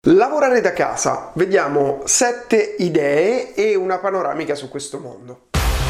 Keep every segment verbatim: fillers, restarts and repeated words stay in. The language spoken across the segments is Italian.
Lavorare da casa, vediamo sette idee e una panoramica su questo mondo.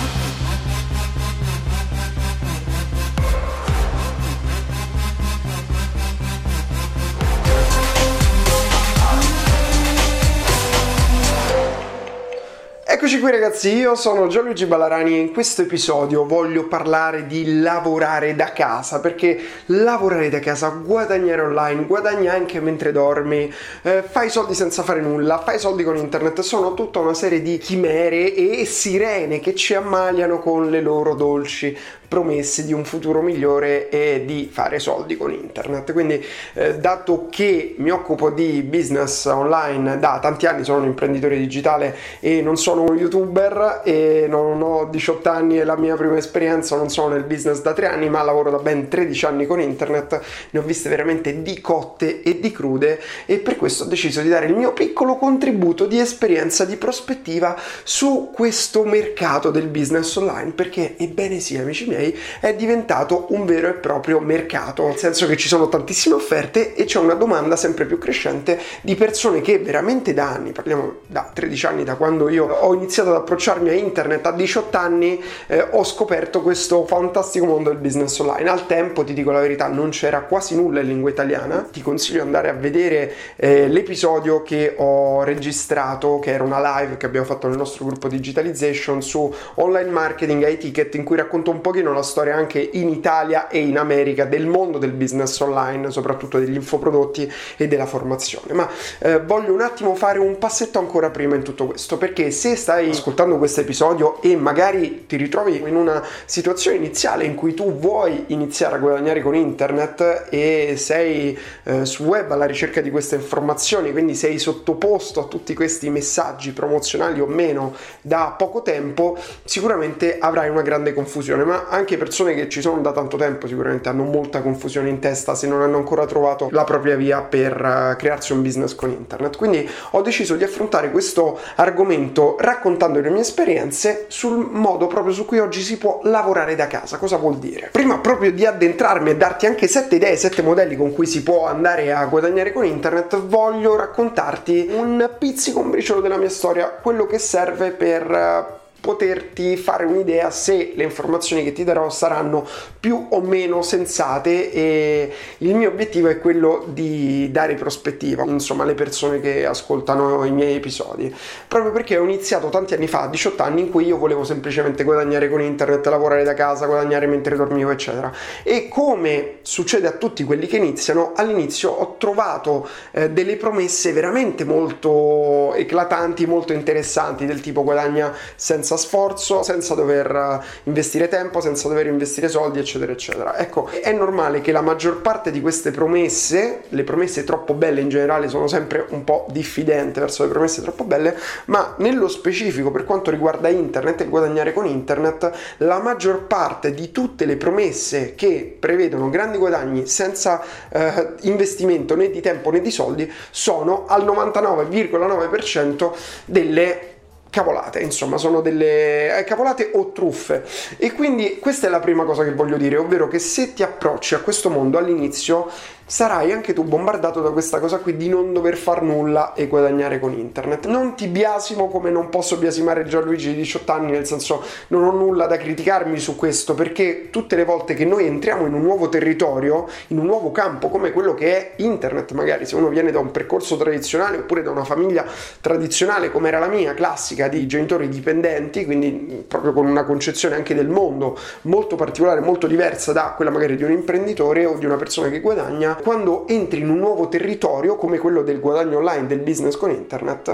Eccoci qui ragazzi, io sono Gianluigi Ballarani e in questo episodio voglio parlare di lavorare da casa, perché lavorare da casa, guadagnare online, guadagni anche mentre dormi, eh, fai soldi senza fare nulla, fai soldi con internet, sono tutta una serie di chimere e sirene che ci ammaliano con le loro dolci promesse di un futuro migliore e di fare soldi con internet. Quindi eh, dato che mi occupo di business online da tanti anni, sono un imprenditore digitale e non sono un youtuber e non ho diciotto anni e la mia prima esperienza, non sono nel business da tre anni ma lavoro da ben tredici anni con internet, ne ho viste veramente di cotte e di crude e per questo ho deciso di dare il mio piccolo contributo di esperienza, di prospettiva su questo mercato del business online, perché ebbene sì amici miei è diventato un vero e proprio mercato, nel senso che ci sono tantissime offerte e c'è una domanda sempre più crescente di persone che veramente da anni, parliamo da tredici anni, da quando io ho iniziato ad approcciarmi a internet a diciotto anni, eh, ho scoperto questo fantastico mondo del business online. Al tempo, ti dico la verità, non c'era quasi nulla in lingua italiana. Ti consiglio di andare a vedere eh, l'episodio che ho registrato, che era una live che abbiamo fatto nel nostro gruppo Digitalization su online marketing ai ticket, in cui racconto un pochino la storia anche in Italia e in America del mondo del business online, soprattutto degli infoprodotti e della formazione. Ma eh, voglio un attimo fare un passetto ancora prima in tutto questo, perché se stai ascoltando questo episodio e magari ti ritrovi in una situazione iniziale in cui tu vuoi iniziare a guadagnare con internet e sei eh, sul web alla ricerca di queste informazioni, quindi sei sottoposto a tutti questi messaggi promozionali o meno da poco tempo, sicuramente avrai una grande confusione. Ma anche persone che ci sono da tanto tempo sicuramente hanno molta confusione in testa se non hanno ancora trovato la propria via per uh, crearsi un business con internet. Quindi ho deciso di affrontare questo argomento raccontando le mie esperienze sul modo proprio su cui oggi si può lavorare da casa. Cosa vuol dire? Prima proprio di addentrarmi e darti anche sette idee, sette modelli con cui si può andare a guadagnare con internet, voglio raccontarti un pizzico, un briciolo della mia storia, quello che serve per uh, poterti fare un'idea se le informazioni che ti darò saranno più o meno sensate, e il mio obiettivo è quello di dare prospettiva, insomma, alle persone che ascoltano i miei episodi, proprio perché ho iniziato tanti anni fa, diciotto anni, in cui io volevo semplicemente guadagnare con internet, lavorare da casa, guadagnare mentre dormivo, eccetera. E come succede a tutti quelli che iniziano, all'inizio ho trovato eh, delle promesse veramente molto eclatanti, molto interessanti, del tipo guadagna senza sforzo, senza dover investire tempo, senza dover investire soldi, eccetera eccetera. Ecco, è normale che la maggior parte di queste promesse, le promesse troppo belle in generale, sono sempre un po' diffidente verso le promesse troppo belle, ma nello specifico per quanto riguarda internet e guadagnare con internet, la maggior parte di tutte le promesse che prevedono grandi guadagni senza eh, investimento né di tempo né di soldi sono al novantanove virgola nove per cento delle cavolate, insomma sono delle eh, cavolate o truffe. E quindi questa è la prima cosa che voglio dire, ovvero che se ti approcci a questo mondo all'inizio sarai anche tu bombardato da questa cosa qui di non dover far nulla e guadagnare con internet. Non ti biasimo come non posso biasimare Gianluigi di diciotto anni, nel senso non ho nulla da criticarmi su questo, perché tutte le volte che noi entriamo in un nuovo territorio, in un nuovo campo come quello che è internet, magari se uno viene da un percorso tradizionale oppure da una famiglia tradizionale come era la mia, classica, di genitori dipendenti, quindi proprio con una concezione anche del mondo molto particolare, molto diversa da quella magari di un imprenditore o di una persona che guadagna, quando entri in un nuovo territorio come quello del guadagno online, del business con internet,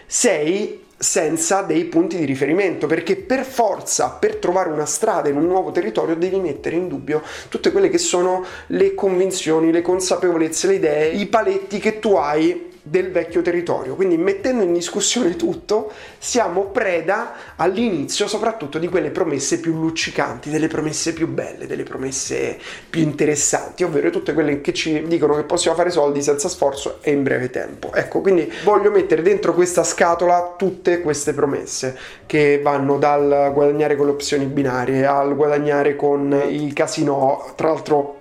sei senza dei punti di riferimento, perché per forza, per trovare una strada in un nuovo territorio, devi mettere in dubbio tutte quelle che sono le convinzioni, le consapevolezze, le idee, i paletti che tu hai del vecchio territorio. Quindi mettendo in discussione tutto, siamo preda all'inizio soprattutto di quelle promesse più luccicanti, delle promesse più belle, delle promesse più interessanti, ovvero tutte quelle che ci dicono che possiamo fare soldi senza sforzo e in breve tempo. Ecco, quindi voglio mettere dentro questa scatola tutte queste promesse che vanno dal guadagnare con le opzioni binarie al guadagnare con i casinò. Tra l'altro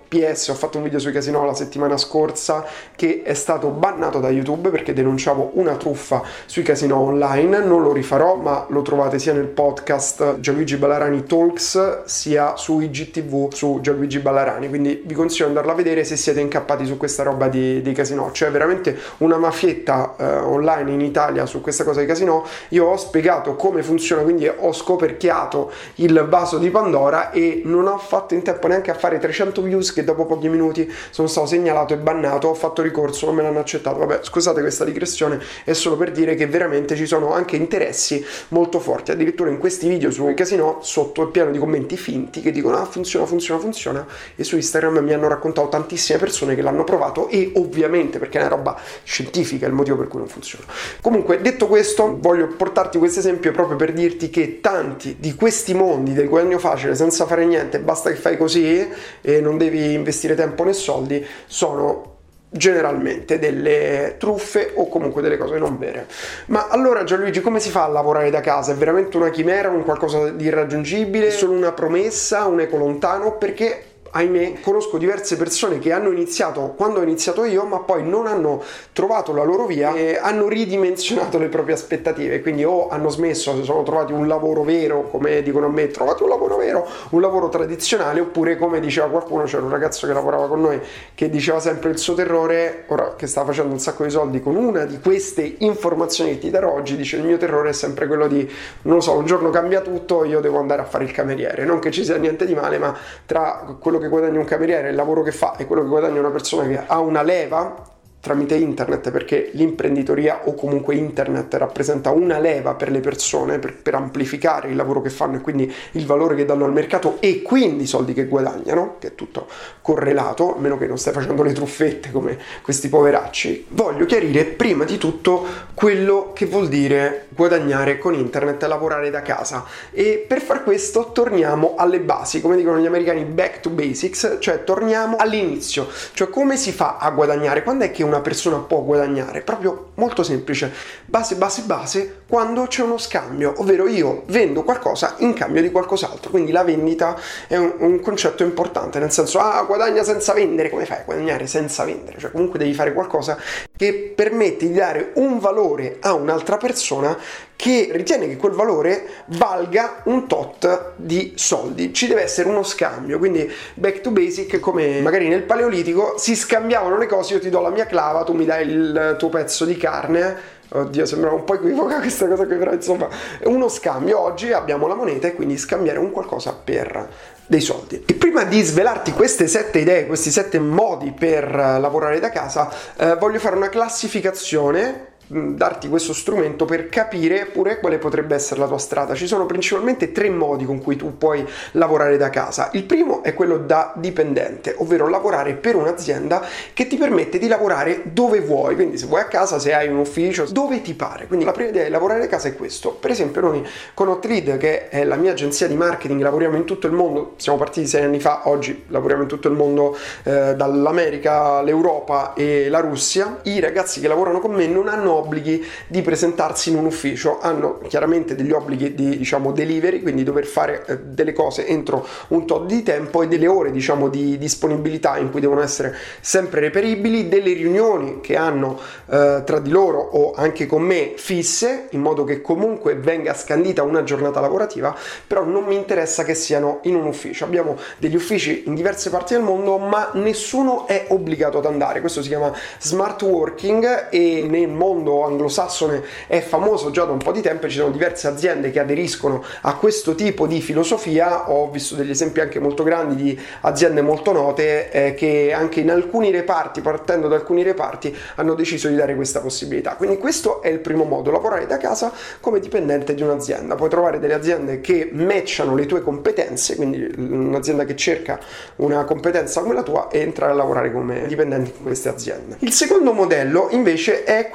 P S, ho fatto un video sui casinò la settimana scorsa che è stato bannato da YouTube perché denunciavo una truffa sui casinò online. Non lo rifarò, ma lo trovate sia nel podcast Gianluigi Ballarani Talks sia su I G T V su Gianluigi Ballarani, quindi vi consiglio di andarla a vedere se siete incappati su questa roba di, di casinò. C'è veramente una mafietta eh, online in Italia su questa cosa di casinò. Io ho spiegato come funziona, quindi ho scoperchiato il vaso di Pandora e non ho fatto in tempo neanche a fare trecento views che dopo pochi minuti sono stato segnalato e bannato. Ho fatto ricorso, non me l'hanno accettato. Vabbè, scusate questa digressione, è solo per dire che veramente ci sono anche interessi molto forti. Addirittura in questi video sui casinò sotto è pieno di commenti finti che dicono ah funziona, funziona, funziona, e su Instagram mi hanno raccontato tantissime persone che l'hanno provato e ovviamente, perché è una roba scientifica, è il motivo per cui non funziona. Comunque, detto questo, voglio portarti questo esempio proprio per dirti che tanti di questi mondi del guadagno facile senza fare niente, basta che fai così e non devi investire tempo né soldi, sono generalmente delle truffe o comunque delle cose non vere. Ma allora Gianluigi, come si fa a lavorare da casa? È veramente una chimera, un qualcosa di irraggiungibile, è solo una promessa, un eco lontano? Perché ahimè conosco diverse persone che hanno iniziato quando ho iniziato io, ma poi non hanno trovato la loro via e hanno ridimensionato le proprie aspettative, quindi o hanno smesso, si sono trovati un lavoro vero, come dicono a me, trovate un lavoro vero, un lavoro tradizionale, oppure come diceva qualcuno, c'era un ragazzo che lavorava con noi che diceva sempre il suo terrore, ora che sta facendo un sacco di soldi con una di queste informazioni che ti darò oggi, dice il mio terrore è sempre quello di, non lo so, un giorno cambia tutto, io devo andare a fare il cameriere, non che ci sia niente di male, ma tra quello che guadagna un cameriere, il lavoro che fa, e quello che guadagna una persona che ha una leva tramite internet, perché l'imprenditoria o comunque internet rappresenta una leva per le persone per, per amplificare il lavoro che fanno e quindi il valore che danno al mercato e quindi i soldi che guadagnano, che è tutto correlato, a meno che non stai facendo le truffette come questi poveracci. Voglio chiarire prima di tutto quello che vuol dire guadagnare con internet e lavorare da casa, e per far questo torniamo alle basi, come dicono gli americani, back to basics, cioè torniamo all'inizio, cioè come si fa a guadagnare, quando è che una persona può guadagnare? Proprio molto semplice, base base base, quando c'è uno scambio, ovvero io vendo qualcosa in cambio di qualcos'altro, quindi la vendita è un, un concetto importante, nel senso ah guadagna senza vendere, come fai a guadagnare senza vendere? Cioè comunque devi fare qualcosa che permette di dare un valore a un'altra persona che ritiene che quel valore valga un tot di soldi, ci deve essere uno scambio, quindi back to basic, come magari nel Paleolitico si scambiavano le cose, io ti do la mia clava, tu mi dai il tuo pezzo di carne. Oddio, sembrava un po' equivoca questa cosa qui, però insomma è uno scambio. Oggi abbiamo la moneta e quindi scambiare un qualcosa per dei soldi. E prima di svelarti queste sette idee, questi sette modi per lavorare da casa, eh, voglio fare una classificazione, darti questo strumento per capire pure quale potrebbe essere la tua strada. Ci sono principalmente tre modi con cui tu puoi lavorare da casa. Il primo è quello da dipendente, ovvero lavorare per un'azienda che ti permette di lavorare dove vuoi, quindi se vuoi a casa, se hai un ufficio, dove ti pare. Quindi la prima idea di lavorare da casa è questo. Per esempio noi con Hotlead, che è la mia agenzia di marketing, lavoriamo in tutto il mondo, siamo partiti sei anni fa, oggi lavoriamo in tutto il mondo, eh, dall'America, l'Europa e la Russia. I ragazzi che lavorano con me non hanno obblighi di presentarsi in un ufficio, hanno chiaramente degli obblighi di, diciamo, delivery, quindi dover fare eh, delle cose entro un tot di tempo e delle ore, diciamo, di disponibilità in cui devono essere sempre reperibili, delle riunioni che hanno eh, tra di loro o anche con me fisse, in modo che comunque venga scandita una giornata lavorativa, però non mi interessa che siano in un ufficio. Abbiamo degli uffici in diverse parti del mondo, ma nessuno è obbligato ad andare. Questo si chiama smart working e nel mondo anglosassone è famoso già da un po' di tempo. Ci sono diverse aziende che aderiscono a questo tipo di filosofia. Ho visto degli esempi anche molto grandi di aziende molto note eh, che anche in alcuni reparti, partendo da alcuni reparti, hanno deciso di dare questa possibilità. Quindi questo è il primo modo, lavorare da casa come dipendente di un'azienda. Puoi trovare delle aziende che matchano le tue competenze, quindi un'azienda che cerca una competenza come la tua, e entrare a lavorare come dipendente in queste aziende. Il secondo modello invece è quello del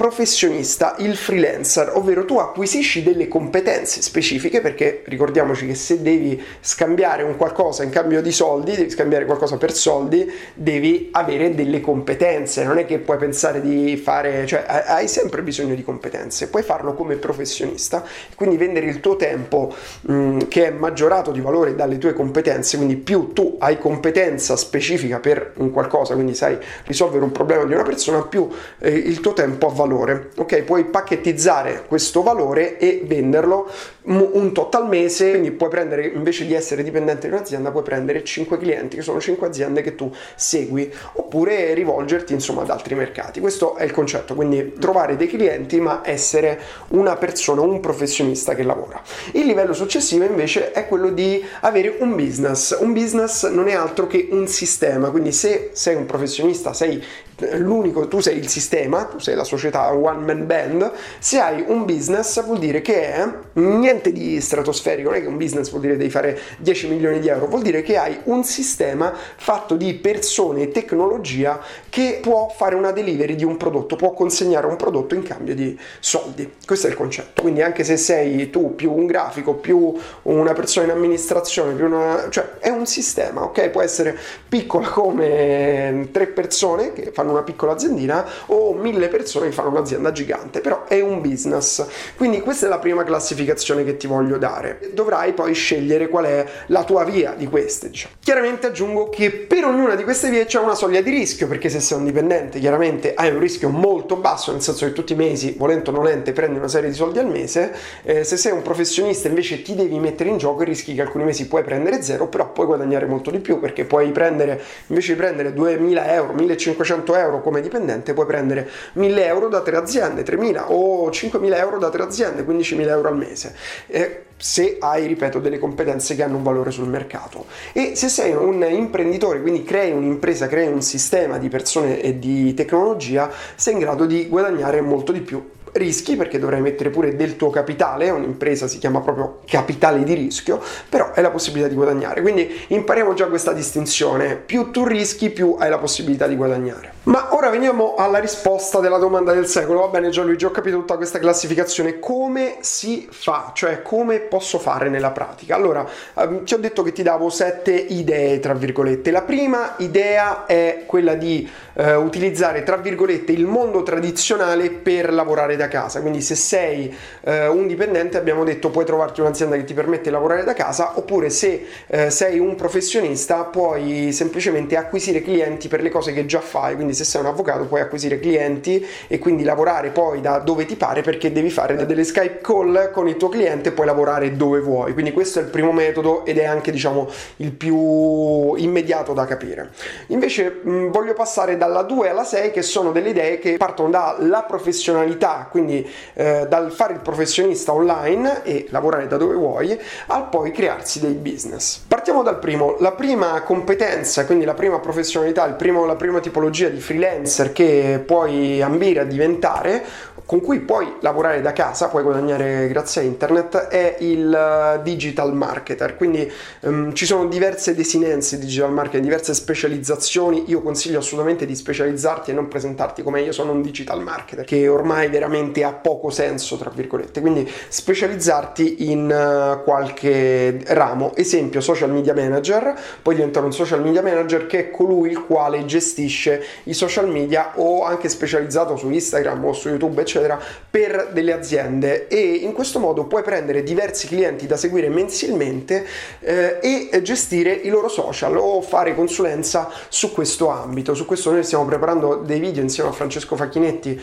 professionista, il freelancer, ovvero tu acquisisci delle competenze specifiche, perché ricordiamoci che se devi scambiare un qualcosa in cambio di soldi, devi scambiare qualcosa per soldi, devi avere delle competenze, non è che puoi pensare di fare, cioè hai sempre bisogno di competenze, puoi farlo come professionista, quindi vendere il tuo tempo mh, che è maggiorato di valore dalle tue competenze, quindi più tu hai competenza specifica per un qualcosa, quindi sai risolvere un problema di una persona, più eh, il tuo tempo ha valore, ok? Puoi pacchettizzare questo valore e venderlo un tot al mese, quindi puoi prendere, invece di essere dipendente di un'azienda, puoi prendere cinque clienti, che sono cinque aziende che tu segui, oppure rivolgerti insomma ad altri mercati. Questo è il concetto, quindi trovare dei clienti ma essere una persona, un professionista che lavora. Il livello successivo invece è quello di avere un business. Un business non è altro che un sistema, quindi se sei un professionista, sei l'unico, tu sei il sistema, tu sei la società one man band. Se hai un business vuol dire che è niente di stratosferico, non è che un business vuol dire devi fare dieci milioni di euro, vuol dire che hai un sistema fatto di persone e tecnologia che può fare una delivery di un prodotto, può consegnare un prodotto in cambio di soldi. Questo è il concetto. Quindi anche se sei tu più un grafico, più una persona in amministrazione, più una, cioè è un sistema, ok? Può essere piccola come tre persone che fanno una piccola aziendina o mille persone che fanno un'azienda gigante, però è un business. Quindi questa è la prima classificazione che ti voglio dare. Dovrai poi scegliere qual è la tua via di queste, diciamo. Chiaramente aggiungo che per ognuna di queste vie c'è una soglia di rischio, perché se sei un dipendente chiaramente hai un rischio molto basso, nel senso che tutti i mesi, volente o nolente, prendi una serie di soldi al mese. Eh, se sei un professionista invece ti devi mettere in gioco e rischi che alcuni mesi puoi prendere zero, però puoi guadagnare molto di più, perché puoi prendere, invece di prendere duemila euro, millecinquecento euro come dipendente, puoi prendere mille euro da tre aziende, tremila o cinquemila euro da tre aziende, quindicimila euro al mese. Eh, se hai, ripeto, delle competenze che hanno un valore sul mercato. E se sei un imprenditore, quindi crei un'impresa, crei un sistema di persone e di tecnologia, sei in grado di guadagnare molto di più. Rischi, perché dovrai mettere pure del tuo capitale, un'impresa si chiama proprio capitale di rischio, però hai la possibilità di guadagnare. Quindi impariamo già questa distinzione: più tu rischi, più hai la possibilità di guadagnare. Ma ora veniamo alla risposta della domanda del secolo. Va bene Gianluigi, ho capito tutta questa classificazione, come si fa? Cioè come posso fare nella pratica? Allora, ehm, ti ho detto che ti davo sette idee, tra virgolette. La prima idea è quella di eh, utilizzare, tra virgolette, il mondo tradizionale per lavorare da da casa. Quindi se sei eh, un dipendente, abbiamo detto, puoi trovarti un'azienda che ti permette di lavorare da casa, oppure se eh, sei un professionista puoi semplicemente acquisire clienti per le cose che già fai. Quindi se sei un avvocato puoi acquisire clienti e quindi lavorare poi da dove ti pare, perché devi fare delle Skype call con il tuo cliente e puoi lavorare dove vuoi. Quindi questo è il primo metodo ed è anche, diciamo, il più immediato da capire. Invece mh, voglio passare dalla due alla sei, che sono delle idee che partono dalla professionalità, quindi eh, dal fare il professionista online e lavorare da dove vuoi, al poi crearsi dei business. Partiamo dal primo. La prima competenza, quindi la prima professionalità, il primo, la prima tipologia di freelancer che puoi ambire a diventare, con cui puoi lavorare da casa, puoi guadagnare grazie a internet, è il digital marketer. Quindi um, ci sono diverse desinenze di digital marketing, diverse specializzazioni. Io consiglio assolutamente di specializzarti e non presentarti come io sono un digital marketer, che ormai veramente ha poco senso, tra virgolette. Quindi specializzarti in uh, qualche ramo. Esempio, social media manager. Puoi diventare un social media manager, che è colui il quale gestisce i social media, o anche specializzato su Instagram o su YouTube, eccetera, per delle aziende, e in questo modo puoi prendere diversi clienti da seguire mensilmente eh, e gestire i loro social o fare consulenza su questo ambito. Su questo noi stiamo preparando dei video insieme a Francesco Facchinetti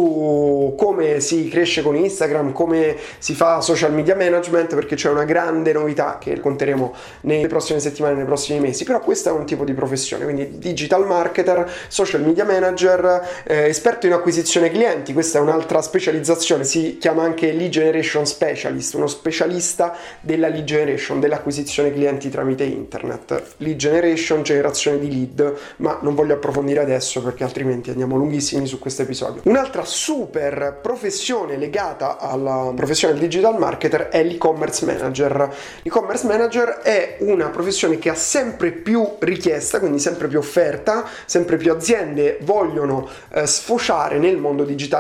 su come si cresce con Instagram, come si fa social media management, perché c'è una grande novità che conteremo nelle prossime settimane, nei prossimi mesi. Però questo è un tipo di professione, quindi digital marketer, social media manager, eh, esperto in acquisizione clienti. Questa è un'altra specializzazione, si chiama anche lead generation specialist, uno specialista della lead generation, dell'acquisizione clienti tramite internet. Lead generation, generazione di lead, ma non voglio approfondire adesso perché altrimenti andiamo lunghissimi su questo episodio. Un'altra super professione legata alla professione del digital marketer è l'e-commerce manager. L'e-commerce manager è una professione che ha sempre più richiesta, quindi sempre più offerta, sempre più aziende vogliono eh, sfociare nel mondo digitale, iniziare a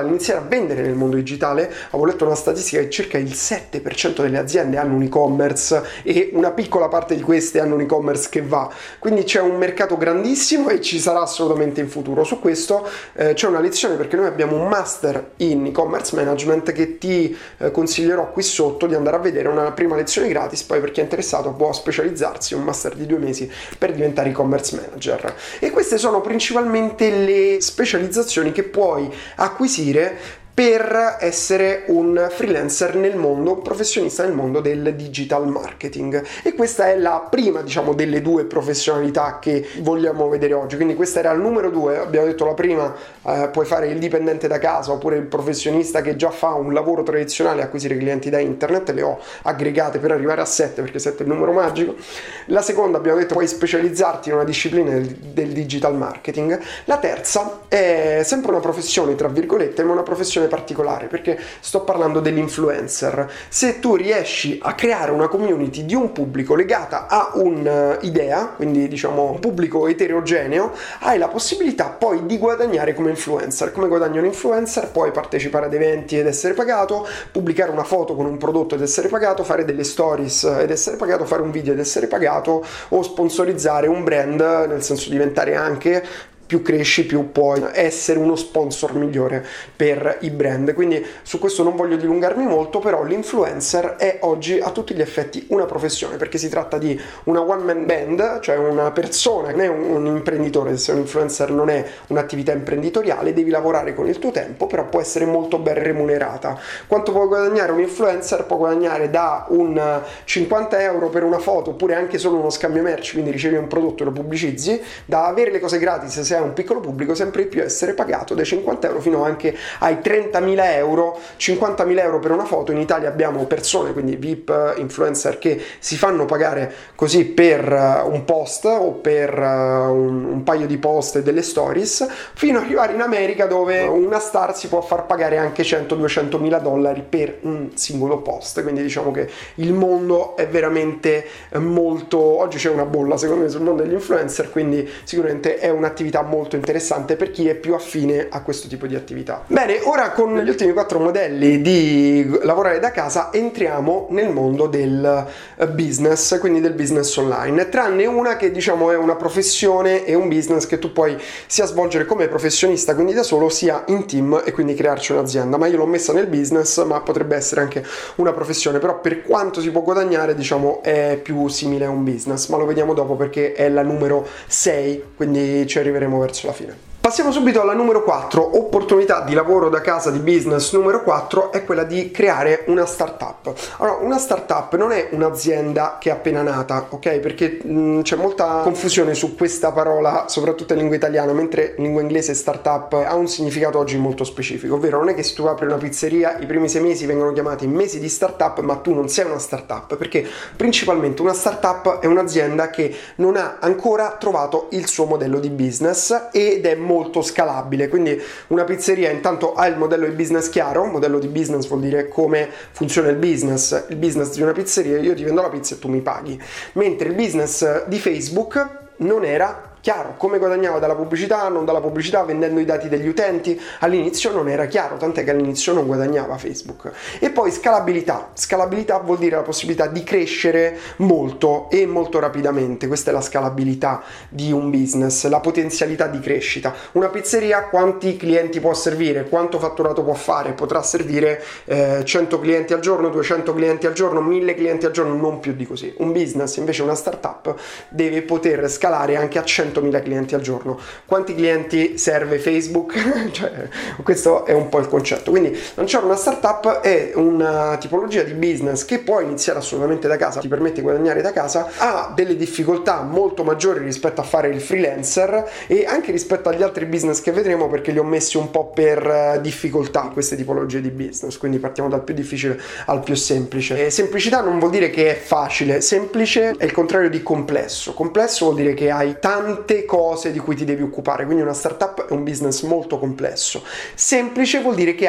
vendere nel mondo digitale. Avevo letto una statistica che circa il sette per cento delle aziende hanno un e-commerce e una piccola parte di queste hanno un e-commerce che va, quindi c'è un mercato grandissimo e ci sarà assolutamente in futuro. Su questo eh, c'è una lezione, perché noi abbiamo un master in e-commerce management che ti eh, consiglierò qui sotto di andare a vedere, una prima lezione gratis, poi per chi è interessato può specializzarsi, un master di due mesi per diventare e-commerce manager. E queste sono principalmente le specializzazioni che puoi acquisire per essere un freelancer nel mondo, un professionista nel mondo del digital marketing. E questa è la prima, diciamo, delle due professionalità che vogliamo vedere oggi. Quindi questa era il numero due. Abbiamo detto la prima, eh, puoi fare il dipendente da casa oppure il professionista che già fa un lavoro tradizionale, acquisire clienti da internet. Le ho aggregate per arrivare a sette, perché sette è il numero magico. La seconda, abbiamo detto, puoi specializzarti in una disciplina del, del digital marketing. La terza è sempre una professione, tra virgolette, ma una professione particolare, perché sto parlando dell'influencer. Se tu riesci a creare una community di un pubblico legata a un'idea, quindi diciamo un pubblico eterogeneo, hai la possibilità poi di guadagnare come influencer. Come guadagna un influencer? Puoi partecipare ad eventi ed essere pagato, pubblicare una foto con un prodotto ed essere pagato, fare delle stories ed essere pagato, fare un video ed essere pagato, o sponsorizzare un brand, nel senso diventare anche, più cresci più puoi essere uno sponsor migliore per i brand. Quindi su questo non voglio dilungarmi molto, però l'influencer è oggi a tutti gli effetti una professione, perché si tratta di una one man band, cioè una persona, non è un, un imprenditore. Se un influencer non è un'attività imprenditoriale, devi lavorare con il tuo tempo, però può essere molto ben remunerata. Quanto può guadagnare un influencer? Può guadagnare da un cinquanta euro per una foto, oppure anche solo uno scambio merci, quindi ricevi un prodotto e lo pubblicizzi, da avere le cose gratis se hai un piccolo pubblico, sempre di più essere pagato dai cinquanta euro fino anche ai trentamila euro, cinquantamila euro per una foto. In Italia abbiamo persone, quindi V I P, influencer, che si fanno pagare così per un post o per un, un paio di post e delle stories, fino ad arrivare in America, dove una star si può far pagare anche cento duecento mila dollari per un singolo post. Quindi diciamo che il mondo è veramente molto, oggi c'è una bolla secondo me sul mondo degli influencer, quindi sicuramente è un'attività molto interessante per chi è più affine a questo tipo di attività. Bene, ora con gli ultimi quattro modelli di lavorare da casa entriamo nel mondo del business, quindi del business online, tranne una che diciamo è una professione e un business che tu puoi sia svolgere come professionista, quindi da solo, sia in team e quindi crearci un'azienda. Ma io l'ho messa nel business, ma potrebbe essere anche una professione, però per quanto si può guadagnare diciamo è più simile a un business, ma lo vediamo dopo perché è la numero sei, quindi ci arriveremo verso la fine. Passiamo subito alla numero quattro, opportunità di lavoro da casa, di business numero quattro, è quella di creare una startup. Allora, una startup non è un'azienda che è appena nata, ok? Perché mh, c'è molta confusione su questa parola, soprattutto in lingua italiana, mentre in lingua inglese startup ha un significato oggi molto specifico, ovvero non è che se tu apri una pizzeria i primi sei mesi vengono chiamati mesi di startup, ma tu non sei una startup, perché principalmente una startup è un'azienda che non ha ancora trovato il suo modello di business ed è molto molto scalabile. Quindi una pizzeria intanto ha il modello di business chiaro. Modello di business vuol dire come funziona il business. Il business di una pizzeria: io ti vendo la pizza e tu mi paghi. Mentre il business di Facebook non era chiaro. Come guadagnava dalla pubblicità, non dalla pubblicità, vendendo i dati degli utenti? All'inizio non era chiaro, tant'è che all'inizio non guadagnava Facebook. E poi scalabilità. Scalabilità vuol dire la possibilità di crescere molto e molto rapidamente. Questa è la scalabilità di un business, la potenzialità di crescita. Una pizzeria quanti clienti può servire? Quanto fatturato può fare? Potrà servire eh, cento clienti al giorno, duecento clienti al giorno, mille clienti al giorno, non più di così. Un business, invece una startup, deve poter scalare anche a centomila clienti al giorno. Quanti clienti serve Facebook? Cioè, questo è un po' il concetto. Quindi lanciare una startup è una tipologia di business che può iniziare assolutamente da casa, ti permette di guadagnare da casa, ha delle difficoltà molto maggiori rispetto a fare il freelancer e anche rispetto agli altri business che vedremo, perché li ho messi un po' per difficoltà queste tipologie di business. Quindi partiamo dal più difficile al più semplice. E semplicità non vuol dire che è facile, semplice è il contrario di complesso. Complesso vuol dire che hai tante cose di cui ti devi occupare, quindi una startup è un business molto complesso. Semplice vuol dire che hai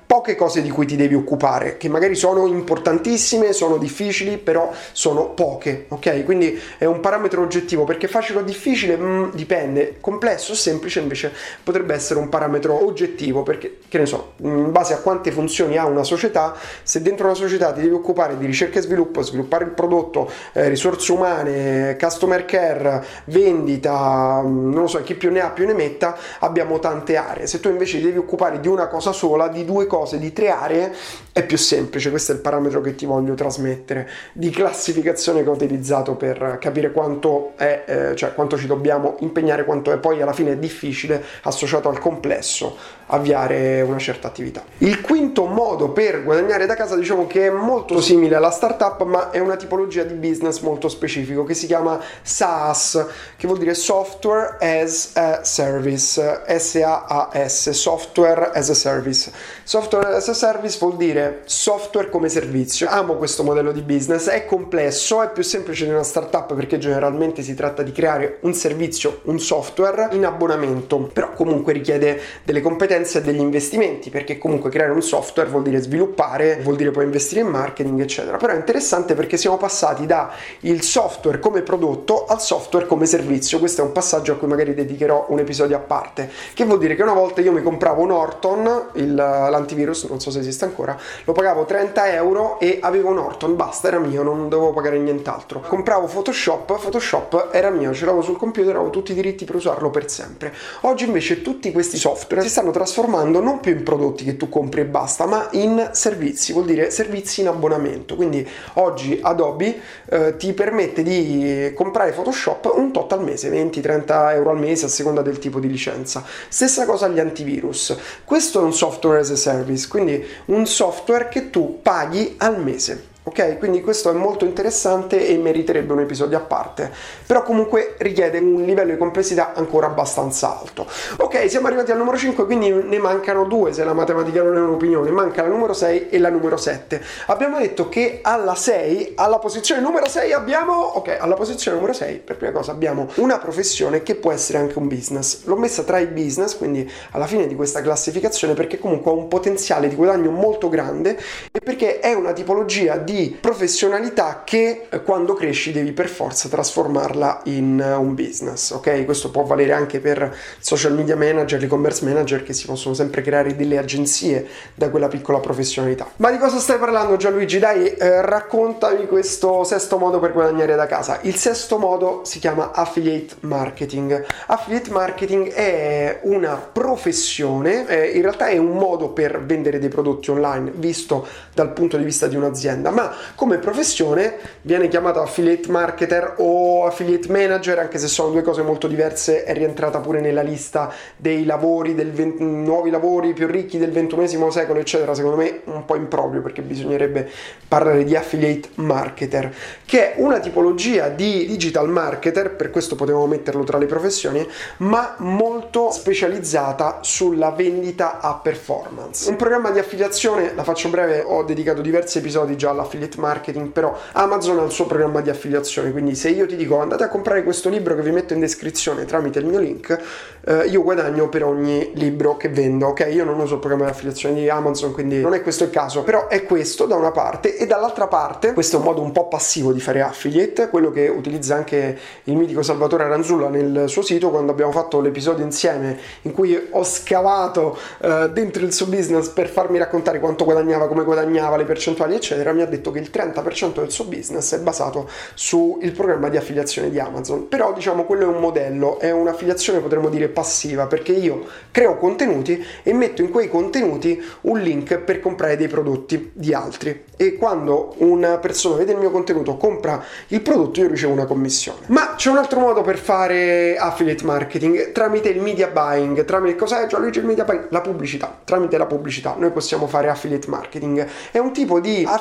poche cose di cui ti devi occupare, che magari sono importantissime, sono difficili, però sono poche, ok? Quindi è un parametro oggettivo, perché facile o difficile mh, dipende, complesso o semplice invece potrebbe essere un parametro oggettivo, perché, che ne so, in base a quante funzioni ha una società, se dentro una società ti devi occupare di ricerca e sviluppo, sviluppare il prodotto, eh, risorse umane, customer care, vendita, non lo so, chi più ne ha più ne metta, abbiamo tante aree. Se tu invece ti devi occupare di una cosa sola, di due cose, di tre aree, è più semplice. Questo è il parametro che ti voglio trasmettere, di classificazione che ho utilizzato per capire quanto è, eh, cioè quanto ci dobbiamo impegnare, quanto è poi alla fine è difficile, associato al complesso, avviare una certa attività. Il quinto modo per guadagnare da casa, diciamo che è molto simile alla startup, ma è una tipologia di business molto specifico che si chiama SaaS, che vuol dire Software as a Service, S A A S, Software as a Service. Software as a Service vuol dire software come servizio. Amo questo modello di business, è complesso, è più semplice di una startup perché generalmente si tratta di creare un servizio, un software in abbonamento, però comunque richiede delle competenze e degli investimenti, perché comunque creare un software vuol dire sviluppare, vuol dire poi investire in marketing, eccetera. Però è interessante perché siamo passati da il software come prodotto al software come servizio. Questo è un passaggio a cui magari dedicherò un episodio a parte, che vuol dire che una volta io mi compravo Norton, il, l'antivirus, non so se esiste ancora, lo pagavo trenta euro e avevo Norton, basta, era mio, non dovevo pagare nient'altro. Compravo Photoshop, Photoshop era mio, ce l'avevo sul computer, avevo tutti i diritti per usarlo per sempre. Oggi invece tutti questi software si stanno trasformando non più in prodotti che tu compri e basta, ma in servizi, vuol dire servizi in abbonamento. Quindi oggi Adobe eh, ti permette di comprare Photoshop un tot al mese, venti trenta euro al mese a seconda del tipo di licenza. Stessa cosa agli antivirus. Questo è un software as a service, quindi un software che tu paghi al mese. Ok, quindi questo è molto interessante e meriterebbe un episodio a parte, però comunque richiede un livello di complessità ancora abbastanza alto. Ok, siamo arrivati al numero cinque, quindi ne mancano due, se la matematica non è un'opinione, manca la numero sei e la numero sette. Abbiamo detto che alla sei, alla posizione numero sei abbiamo, ok, alla posizione numero sei, per prima cosa abbiamo una professione che può essere anche un business. L'ho messa tra i business, quindi alla fine di questa classificazione, perché comunque ha un potenziale di guadagno molto grande e perché è una tipologia di professionalità che eh, quando cresci devi per forza trasformarla in uh, un business, ok? Questo può valere anche per social media manager, e-commerce manager, che si possono sempre creare delle agenzie da quella piccola professionalità. Ma di cosa stai parlando, Gianluigi? Dai, eh, raccontami questo sesto modo per guadagnare da casa. Il sesto modo si chiama affiliate marketing. Affiliate marketing è una professione, eh, in realtà è un modo per vendere dei prodotti online visto dal punto di vista di un'azienda, ma come professione viene chiamato affiliate marketer o affiliate manager, anche se sono due cose molto diverse. È rientrata pure nella lista dei lavori del venti, nuovi lavori più ricchi del ventunesimo secolo, eccetera. Secondo me un po' improprio, perché bisognerebbe parlare di affiliate marketer, che è una tipologia di digital marketer, per questo potevamo metterlo tra le professioni, ma molto specializzata sulla vendita a performance. Un programma di affiliazione, la faccio breve, ho dedicato diversi episodi già all'affiliate marketing, però Amazon ha il suo programma di affiliazione, quindi se io ti dico andate a comprare questo libro che vi metto in descrizione tramite il mio link, eh, io guadagno per ogni libro che vendo, ok? Io non uso il programma di affiliazione di Amazon, quindi non è questo il caso, però è questo da una parte, e dall'altra parte questo è un modo un po' passivo di fare affiliate, quello che utilizza anche il mitico Salvatore Aranzulla nel suo sito. Quando abbiamo fatto l'episodio insieme in cui ho scavato eh, dentro il suo business per farmi raccontare quanto guadagnava, come guadagnava, le percentuali eccetera, mi ha detto che il trenta per cento del suo business è basato sul programma di affiliazione di Amazon. Però diciamo quello è un modello, è un'affiliazione potremmo dire passiva, perché io creo contenuti e metto in quei contenuti un link per comprare dei prodotti di altri, e quando una persona vede il mio contenuto, compra il prodotto, io ricevo una commissione. Ma c'è un altro modo per fare affiliate marketing, tramite il media buying. Tramite cos'è, Gianluigi, il media buying? La pubblicità. Tramite la pubblicità noi possiamo fare affiliate marketing. È un tipo di affiliate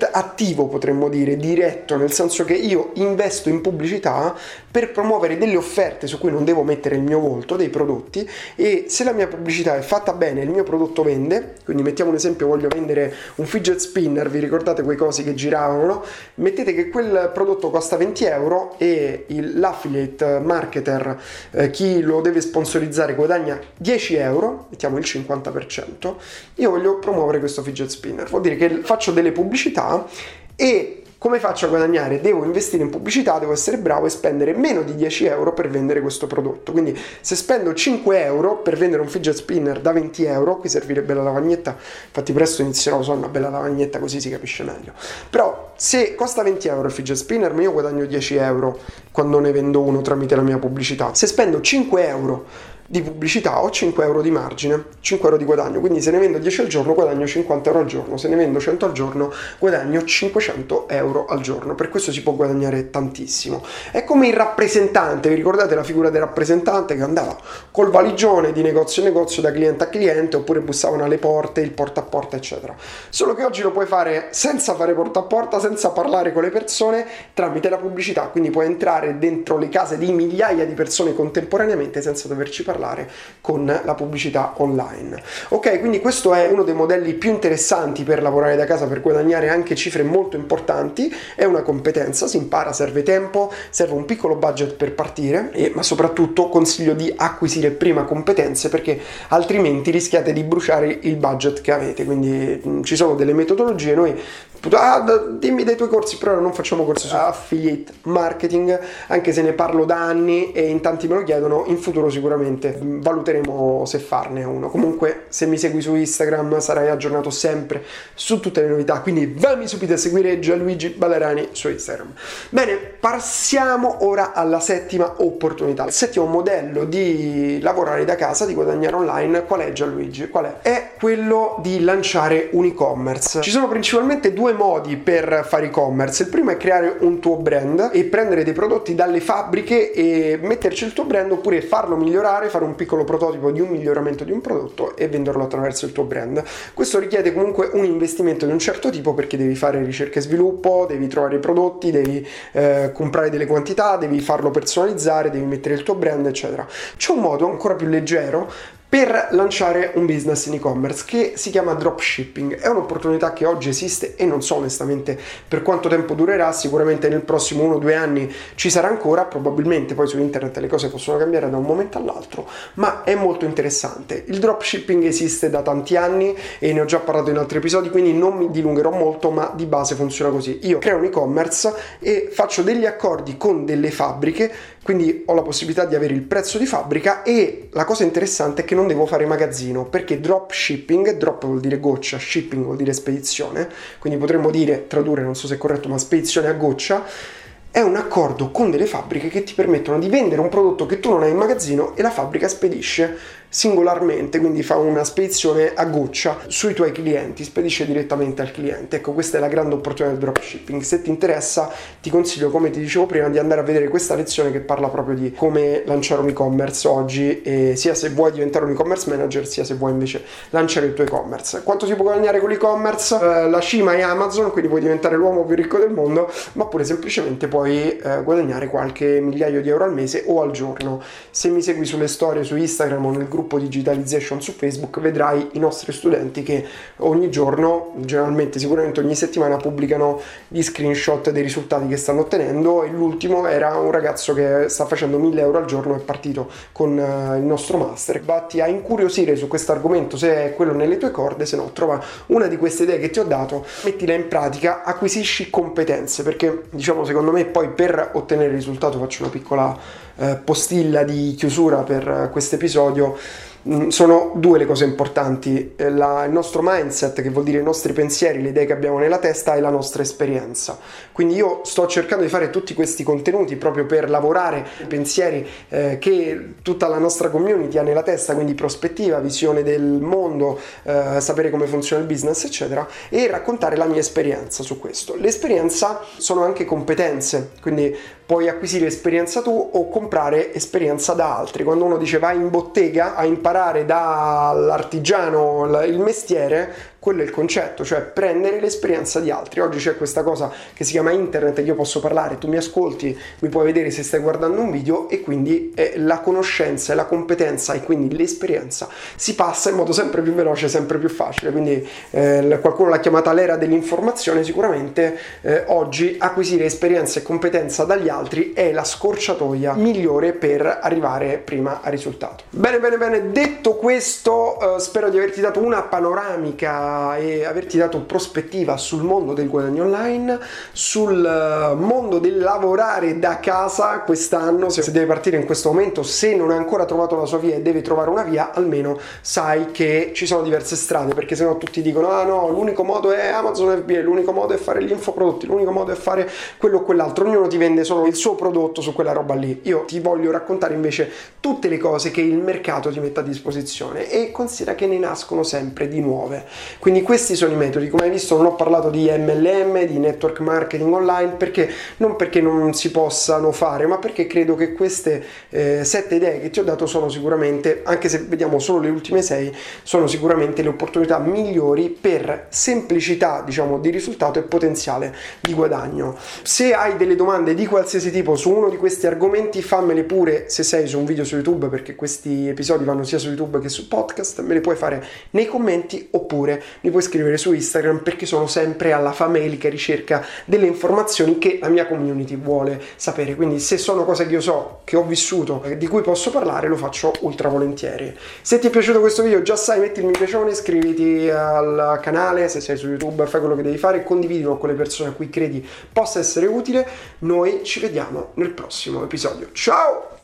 affiliate attivo, potremmo dire, diretto, nel senso che io investo in pubblicità per promuovere delle offerte su cui non devo mettere il mio volto, dei prodotti, e se la mia pubblicità è fatta bene, il mio prodotto vende, quindi mettiamo un esempio, voglio vendere un fidget spinner, vi ricordate quei cosi che giravano, no? Mettete che quel prodotto costa venti euro e il, l'affiliate marketer, eh, chi lo deve sponsorizzare, guadagna dieci euro, mettiamo il cinquanta per cento, io voglio promuovere questo fidget spinner, vuol dire che faccio delle pubblicità e come faccio a guadagnare? Devo investire in pubblicità, devo essere bravo e spendere meno di dieci euro per vendere questo prodotto. Quindi se spendo cinque euro per vendere un fidget spinner da venti euro, qui servirebbe la lavagnetta, infatti presto inizierò a usare una bella lavagnetta così si capisce meglio. Però se costa venti euro il fidget spinner, ma io guadagno dieci euro quando ne vendo uno tramite la mia pubblicità. Se spendo cinque euro di pubblicità ho cinque euro di margine, cinque euro di guadagno, quindi se ne vendo dieci al giorno guadagno cinquanta euro al giorno, se ne vendo cento al giorno guadagno cinquecento euro al giorno, per questo si può guadagnare tantissimo. È come il rappresentante, vi ricordate la figura del rappresentante che andava col valigione di negozio in negozio, da cliente a cliente, oppure bussavano alle porte, il porta a porta eccetera, solo che oggi lo puoi fare senza fare porta a porta, senza parlare con le persone, tramite la pubblicità, quindi puoi entrare dentro le case di migliaia di persone contemporaneamente senza doverci parlare con la pubblicità online. Ok, quindi questo è uno dei modelli più interessanti per lavorare da casa, per guadagnare anche cifre molto importanti. È una competenza, si impara, serve tempo, serve un piccolo budget per partire, e, ma soprattutto consiglio di acquisire prima competenze, perché altrimenti rischiate di bruciare il budget che avete. Quindi mh, ci sono delle metodologie, noi ah, dimmi dei tuoi corsi, però non facciamo corsi su affiliate marketing, anche se ne parlo da anni e in tanti me lo chiedono, in futuro sicuramente valuteremo se farne uno. Comunque se mi segui su Instagram sarai aggiornato sempre su tutte le novità, quindi vammi subito a seguire Gianluigi Ballarani su Instagram. Bene, passiamo ora alla settima opportunità, il settimo modello di lavorare da casa, di guadagnare online. Qual è, Gianluigi? Qual è? È quello di lanciare un e-commerce. Ci sono principalmente due modi per fare e-commerce. Il primo è creare un tuo brand e prendere dei prodotti dalle fabbriche e metterci il tuo brand, oppure farlo migliorare, fare un piccolo prototipo di un miglioramento di un prodotto e venderlo attraverso il tuo brand. Questo richiede comunque un investimento di un certo tipo, perché devi fare ricerca e sviluppo, devi trovare i prodotti, devi eh, comprare delle quantità, devi farlo personalizzare, devi mettere il tuo brand eccetera. C'è un modo ancora più leggero per lanciare un business in e-commerce che si chiama dropshipping. È un'opportunità che oggi esiste e non so onestamente per quanto tempo durerà, sicuramente nel prossimo uno o due anni ci sarà ancora, probabilmente poi su internet le cose possono cambiare da un momento all'altro, ma è molto interessante. Il dropshipping esiste da tanti anni e ne ho già parlato in altri episodi, quindi non mi dilungherò molto, ma di base funziona così. Io creo un e-commerce e faccio degli accordi con delle fabbriche, quindi ho la possibilità di avere il prezzo di fabbrica, e la cosa interessante è che non devo fare magazzino, perché dropshipping, drop vuol dire goccia, shipping vuol dire spedizione, quindi potremmo dire, tradurre, non so se è corretto, ma spedizione a goccia. È un accordo con delle fabbriche che ti permettono di vendere un prodotto che tu non hai in magazzino e la fabbrica spedisce singolarmente, quindi fa una spedizione a goccia sui tuoi clienti, spedisce direttamente al cliente. Ecco, questa è la grande opportunità del dropshipping. Se ti interessa ti consiglio, come ti dicevo prima, di andare a vedere questa lezione che parla proprio di come lanciare un e-commerce oggi, e sia se vuoi diventare un e-commerce manager, sia se vuoi invece lanciare il tuo e-commerce. Quanto si può guadagnare con l'e-commerce? Eh, la cima è Amazon, quindi puoi diventare l'uomo più ricco del mondo, ma pure semplicemente puoi eh, guadagnare qualche migliaio di euro al mese o al giorno. Se mi segui sulle storie su Instagram o nel gruppo Digitalization su Facebook, vedrai i nostri studenti che ogni giorno, generalmente sicuramente ogni settimana, pubblicano gli screenshot dei risultati che stanno ottenendo, e l'ultimo era un ragazzo che sta facendo mille euro al giorno, è partito con uh, il nostro master. Vatti a incuriosire su questo argomento se è quello nelle tue corde, se no trova una di queste idee che ti ho dato, mettila in pratica, acquisisci competenze, perché diciamo secondo me poi per ottenere il risultato, faccio una piccola uh, postilla di chiusura per uh, questo episodio. Sono due le cose importanti: la, il nostro mindset, che vuol dire i nostri pensieri, le idee che abbiamo nella testa, e la nostra esperienza. Quindi io sto cercando di fare tutti questi contenuti proprio per lavorare i pensieri eh, che tutta la nostra community ha nella testa, quindi prospettiva, visione del mondo, eh, sapere come funziona il business eccetera, e raccontare la mia esperienza su questo. L'esperienza sono anche competenze, quindi puoi acquisire esperienza tu o comprare esperienza da altri. Quando uno dice vai in bottega a imparare dall'artigiano il mestiere, quello è il concetto, cioè prendere l'esperienza di altri. Oggi c'è questa cosa che si chiama internet, io posso parlare, tu mi ascolti, mi puoi vedere se stai guardando un video, e quindi eh, la conoscenza e la competenza e quindi l'esperienza si passa in modo sempre più veloce, sempre più facile. Quindi eh, qualcuno l'ha chiamata l'era dell'informazione. Sicuramente eh, oggi acquisire esperienza e competenza dagli altri è la scorciatoia migliore per arrivare prima al risultato. Bene, bene, bene, detto questo, eh, spero di averti dato una panoramica e averti dato prospettiva sul mondo del guadagno online, sul uh, mondo del lavorare da casa quest'anno. Se deve partire in questo momento, se non ha ancora trovato la sua via e deve trovare una via, almeno sai che ci sono diverse strade, perché sennò tutti dicono ah no, l'unico modo è Amazon F B A, l'unico modo è fare gli infoprodotti, l'unico modo è fare quello o quell'altro, ognuno ti vende solo il suo prodotto su quella roba lì. Io ti voglio raccontare invece tutte le cose che il mercato ti mette a disposizione, e considera che ne nascono sempre di nuove. Quindi questi sono i metodi. Come hai visto, non ho parlato di M L M, di network marketing online, perché non perché non si possano fare, ma perché credo che queste eh, sette idee che ti ho dato sono sicuramente, anche se vediamo solo le ultime sei, sono sicuramente le opportunità migliori per semplicità, diciamo, di risultato e potenziale di guadagno. Se hai delle domande di qualsiasi tipo su uno di questi argomenti, fammele pure se sei su un video su YouTube, perché questi episodi vanno sia su YouTube che su podcast. Me le puoi fare nei commenti, oppure mi puoi scrivere su Instagram, perché sono sempre alla famelica ricerca delle informazioni che la mia community vuole sapere. Quindi se sono cose che io so, che ho vissuto, di cui posso parlare, lo faccio ultra volentieri. Se ti è piaciuto questo video, già sai, metti il mi piacione, iscriviti al canale, se sei su YouTube fai quello che devi fare, condividilo con le persone a cui credi possa essere utile. Noi ci vediamo nel prossimo episodio. Ciao!